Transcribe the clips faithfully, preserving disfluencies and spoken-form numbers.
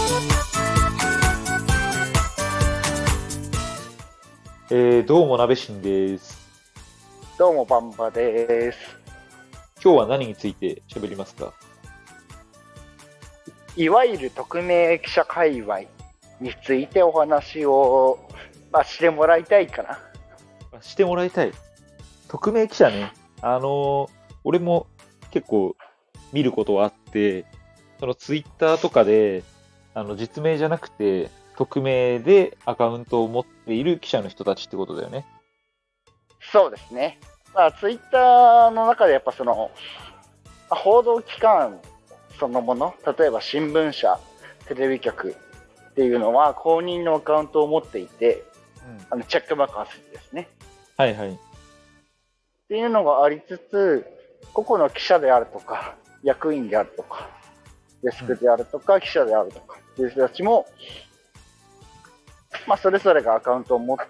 えー、どうも、なべしんです。 どうも、バンバです。 今日は何について喋りますか？ いわゆる匿名記者界隈についてお話を、まあ、してもらいたいかな。 してもらいたい。匿名記者ね。あのー俺も結構見ることはあって、そのツイッターとかで、あの、実名じゃなくて、匿名でアカウントを持っている記者の人たちってことだよね。 そうですね。まあ、ツイッターの中でやっぱその、まあ報道機関そのもの、例えば新聞社、テレビ局っていうのは公認のアカウントを持っていて、 うん。 あのチェックマークがついてですね。 はいはい。 っていうのがありつつ、個々の記者であるとか、役員であるとか、デスクであるとか、記者であるとかっていう人たちも、まあ、それぞれがアカウントを持って、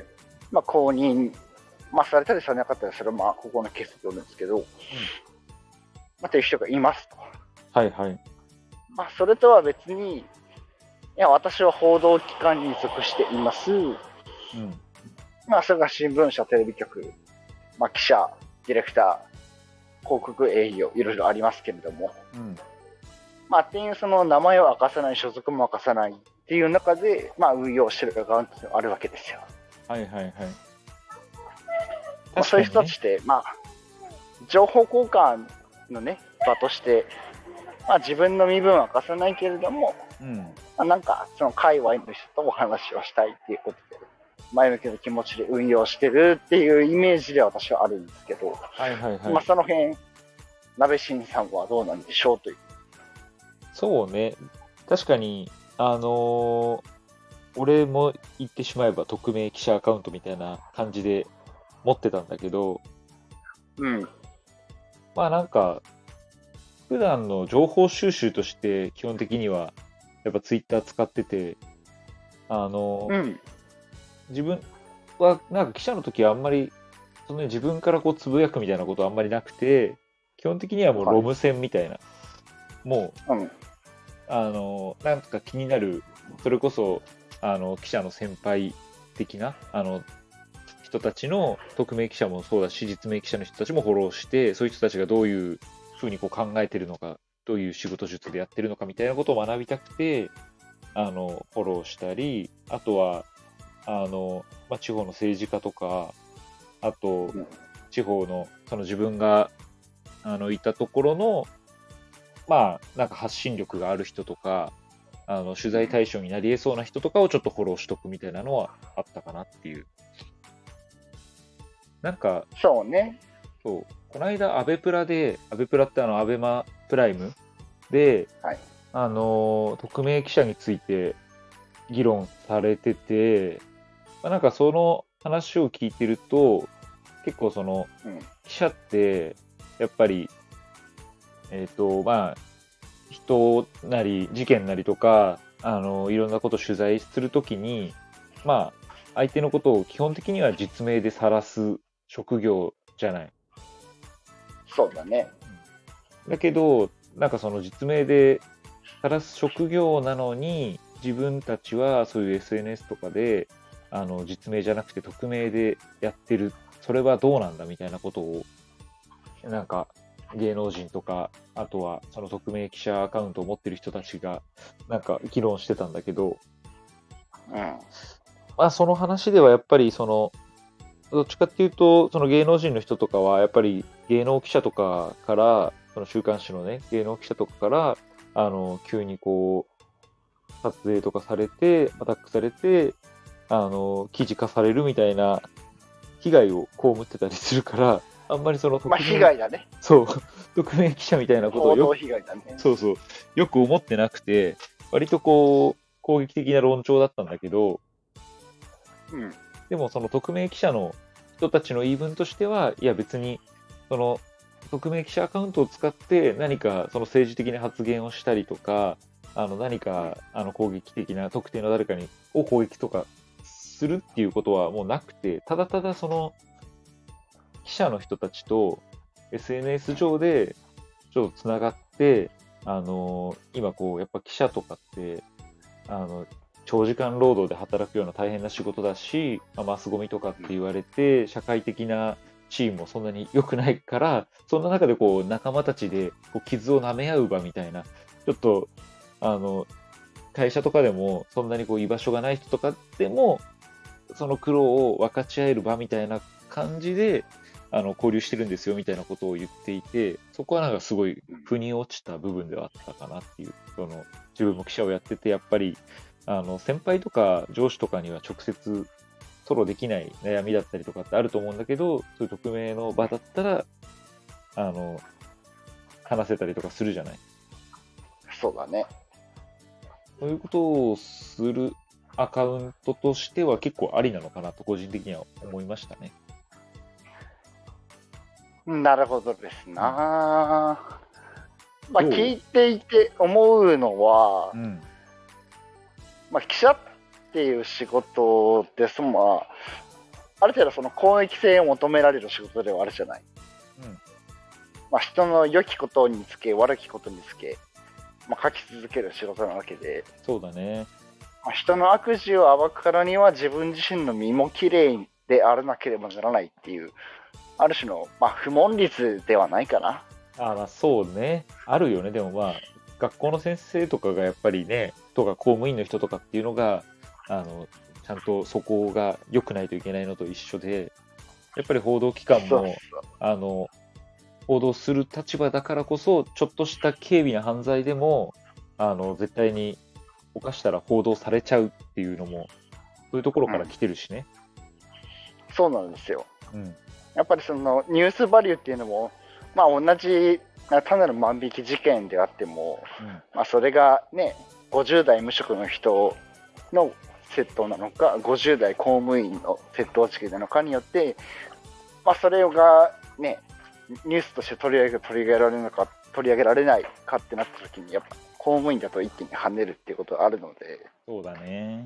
まあ、公認、まあ、されたりされなかったりする、まあ、ここのケースなんですけど、まあ、という人がいますと。 はいはい。 まあ、それとは別に、いや、私は報道機関に属しています。 うん。 まあ、それが新聞社、テレビ局、まあ、記者、ディレクター、広告営業、いろいろありますけれども、 うん。 まあ、っていうその名前を明かさない、所属も明かさないっていう中で、まあ、運用してるアカウントがあるわけですよ。 はいはいはい。 まあ、そういう確かにね。 人たちって、まあ、情報交換のね、場として、まあ、自分の身分は明かさないけれども、 うん。 まあ、なんかその界隈の人とお話をしたいっていうことで、前向きな気持ちで運用してるっていうイメージで私はあるんですけど、 はいはいはい。 まあ、その辺、鍋新さんはどうなんでしょうという。 そうね。確かに、あのー俺も言ってしまえば匿名記者アカウントみたいな感じで持ってたんだけど、 うん。 まあなんか、普段の情報収集として基本的には、やっぱツイッター使ってて、あの、 うん。 自分はなんか記者の時はあんまり、そのね、自分からこうつぶやくみたいなことはあんまりなくて、基本的にはもうはい。 ロム線みたいな、もう、 うん。 あの、なんとか気になる、それこそ、あの、記者の先輩的な、あの、人たちの匿名記者もそうだし、実名記者の人たちもフォローして、そういう人たちがどういうふうにこう考えてるのか、どういう仕事術でやってるのかみたいなことを学びたくて、あの、フォローしたり、あとは、あの、まあ、地方の政治家とか、あと、 うん。 地方の、その自分が、あの、いたところの、まあ、なんか発信力がある人とか、あの、取材対象になり得そうな人とかをちょっとフォローしとくみたいなのはあったかなっていう。なんか、 そうね。 そう、この間、アベプラで、アベプラってあの、アベマプライムで、 はい。 あの、匿名記者について議論されてて、まあ、なんかその話を聞いてると、結構その、 うん。 記者って、やっぱり、えっと、まあ、人なり、事件なりとか、あの、いろんなことを取材するときに、まあ、相手のことを基本的には実名で晒す職業じゃない。 そうだね。 だけど、なんかその実名で晒す職業なのに、自分たちはそういう エスエヌエス とかで、あの、実名じゃなくて匿名でやってる。それはどうなんだみたいなことを、なんか、芸能人とか、あとはその匿名記者アカウントを持ってる人たちが、なんか議論してたんだけど、 うん。 まあその話ではやっぱりその、どっちかっていうと、その芸能人の人とかは、やっぱり芸能記者とかから、その週刊誌のね、芸能記者とかから、あの、急にこう、撮影とかされて、アタックされて、あの、記事化されるみたいな被害を被ってたりするから、あんまりそのまあ、被匿名、 害だね。 そう、匿名記者みたいなことを報道よく、 被害だね。 そうそう、よく思ってなくて、割とこう、攻撃的な論調だったんだけど、 うん。 でもその匿名記者の人たちの言い分としては、いや別に、その匿名記者アカウントを使って何かその政治的な発言をしたりとか、あの何かあの攻撃的な特定の誰かにを攻撃とかするっていうことはもうなくて、ただただその記者の人たちと エスエヌエス 上でちょっとつながって、 あの今こうやっぱ記者とかってあの長時間労働で働くような大変な仕事だし、まあマスゴミとかって言われて社会的なチームもそんなに良くないから、そんな中でこう仲間たちでこう傷を舐め合う場みたいな、ちょっとあの会社とかでもそんなにこう居場所がない人とかでもその苦労を分かち合える場みたいな感じであの交流してるんですよみたいなことを言っていて、そこはなんかすごい腑に落ちた部分ではあったかなっていう。その自分も記者をやっててやっぱりあの先輩とか上司とかには直接吐露できない悩みだったりとかってあると思うんだけど、そういう匿名の場だったらあの話せたりとかするじゃない。 そうだね。 そういうことをするアカウントとしては結構ありなのかなと個人的には思いましたね。 なるほどですな。まあ、 どう聞いていて思うのは、 うんまあ、記者っていう仕事ですまあ、ある程度その公益性を求められる仕事ではあるじゃない。 うんまあ、人の良きことにつけ悪きことにつけ、まあ、書き続ける仕事なわけで、 そうだね。 まあ、人の悪事を暴くからには自分自身の身もきれいであらなければならないっていう、ある種の、まあ、不問率ではないかな。 あまあそうね。あるよね。でもまあ、学校の先生とかがやっぱりね、とか公務員の人とかっていうのが、あの、ちゃんとそこが良くないといけないのと一緒で、やっぱり報道機関そうも、あの、報道する立場だからこそ、ちょっとした軽微な犯罪でも、あの、絶対に犯したら報道されちゃうっていうのも、そういうところから来てるしね。 そうなんですよ。 うん。 やっぱりそのニュースバリューっていうのも、まあ、同じ単なる万引き事件であっても、 うんまあ、それがねごじゅう代無職の人の窃盗なのかごじゅう代公務員の窃盗事件なのかによって、まあ、それがねニュースとして取り上げ取り上げられるのか取り上げられないかってなった時にやっぱ公務員だと一気に跳ねるっていうことがあるので、 そうだね。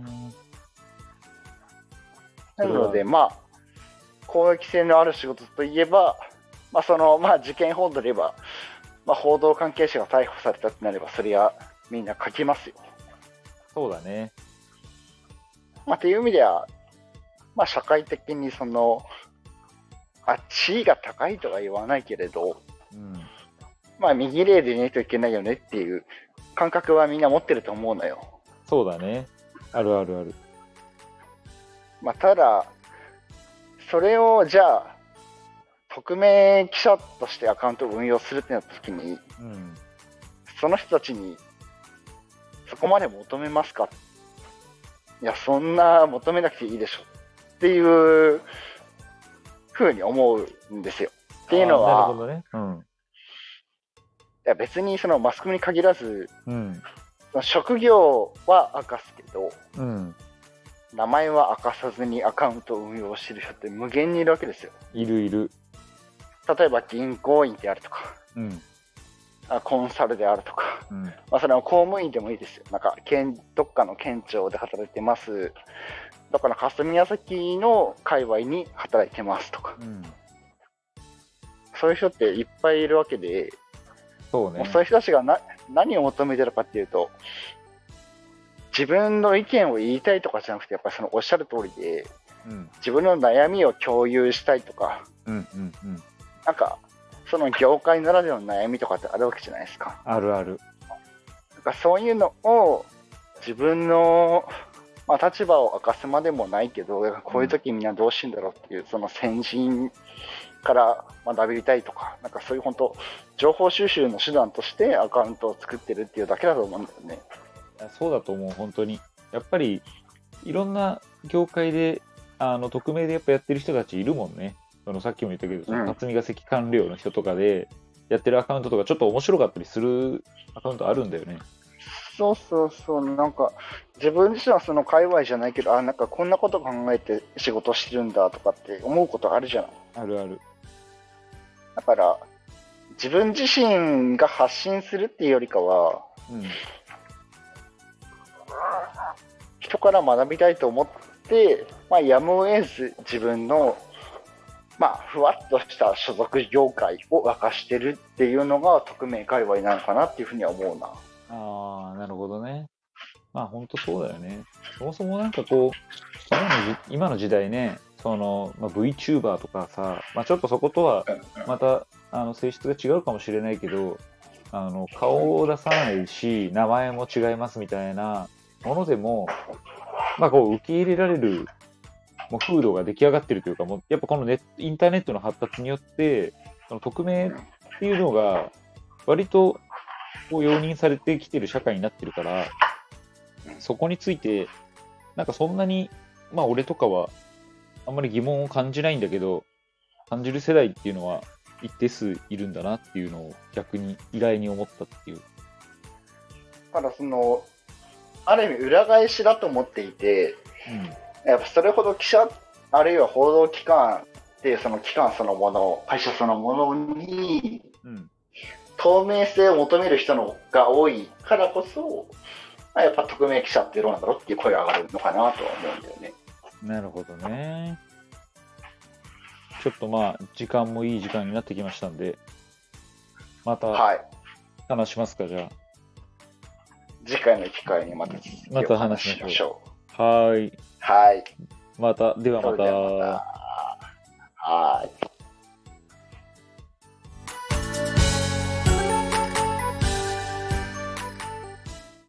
なのでまあ公益性のある仕事といえば、まあそのまあ、事件報道で言えば、まあ、報道関係者が逮捕されたってなればそれはみんな書きますよ。 そうだね。 まあ、っていう意味では、まあ、社会的にそのあ地位が高いとは言わないけれど、 うん。 まあ右例でないといけないよねっていう感覚はみんな持ってると思うのよ。 そうだね。あるあるある。 まあ、ただそれをじゃあ匿名記者としてアカウントを運用するってなった時に、 うん。 その人たちにそこまで求めますか、いやそんな求めなくていいでしょっていうふうに思うんですよ。っていうのは、 なるほどね。うん。 いや別にそのマスコミに限らず、 うん。 その職業は明かすけど、 うん。 名前は明かさずにアカウントを運用してる人って無限にいるわけですよ。 いるいる。 例えば銀行員であるとか、 うん。 コンサルであるとか、 うん。 まあ、それは公務員でもいいですよ。なんか県どっかの県庁で働いてます、どっかの霞が関の界隈に働いてますとか、 うん。 そういう人っていっぱいいるわけで、 そうね。 もうそういう人たちがな何を求めてるかっていうと、自分の意見を言いたいとかじゃなくて、やっぱりそのおっしゃる通りで、 うん。 自分の悩みを共有したいとか、 うんうんうん。 なんかその業界ならではの悩みとかってあるわけじゃないですか。 あるある。 なんかそういうのを自分の、まあ、立場を明かすまでもないけど、こういう時みんなどうしてんだろうっていう、その先人から学びたいとか、なんかそういう本当情報収集の手段としてアカウントを作ってるっていうだけだと思うんだよね。 そうだと思う、本当に。やっぱり、いろんな業界で、あの、匿名でやっぱやってる人たちいるもんね。そのさっきも言ったけど、その霞が関官僚の人とかでやってるアカウントとかちょっと面白かったりするアカウントあるんだよね。 そうそうそう、なんか自分自身はその界隈じゃないけど、あ、なんかこんなこと考えて仕事してるんだとかって思うことあるじゃん。 あるある。 だから自分自身が発信するっていうよりかは、 うん。 人から学びたいと思って、まあ、やむを得ず自分のまあ、ふわっとした所属業界を沸かしてるっていうのが匿名界隈なのかなっていうふうには思うな。 ああ、なるほどね。まあ本当そうだよね。そもそもなんかこう、今のじ今の時代ね、その、まあ、VTuber とかさ、まあちょっとそことはまたあの性質が違うかもしれないけど、あの顔を出さないし、名前も違いますみたいなものでも、まあこう受け入れられるもう風土が出来上がってるというか、もうやっぱこのネットインターネットの発達によって、その匿名っていうのが割とこう容認されてきてる社会になってるから、そこについて、なんかそんなに、まあ俺とかはあんまり疑問を感じないんだけど、感じる世代っていうのは一定数いるんだなっていうのを逆に意外に思ったっていう。 ただその、ある意味裏返しだと思っていて、 うん、 やっぱそれほど記者、あるいは報道機関っていうその機関そのもの、会社そのものに、透明性を求める人のが多いからこそ、やっぱ匿名記者ってどうなんだろうっていう声が上がるのかなとは思うんだよね。 なるほどね。ちょっとまあ、時間もいい時間になってきましたんで、また話しますか、はい、じゃあ。 次回の機会にまたまた話しましょう。 はい。 はい。また、ではまた。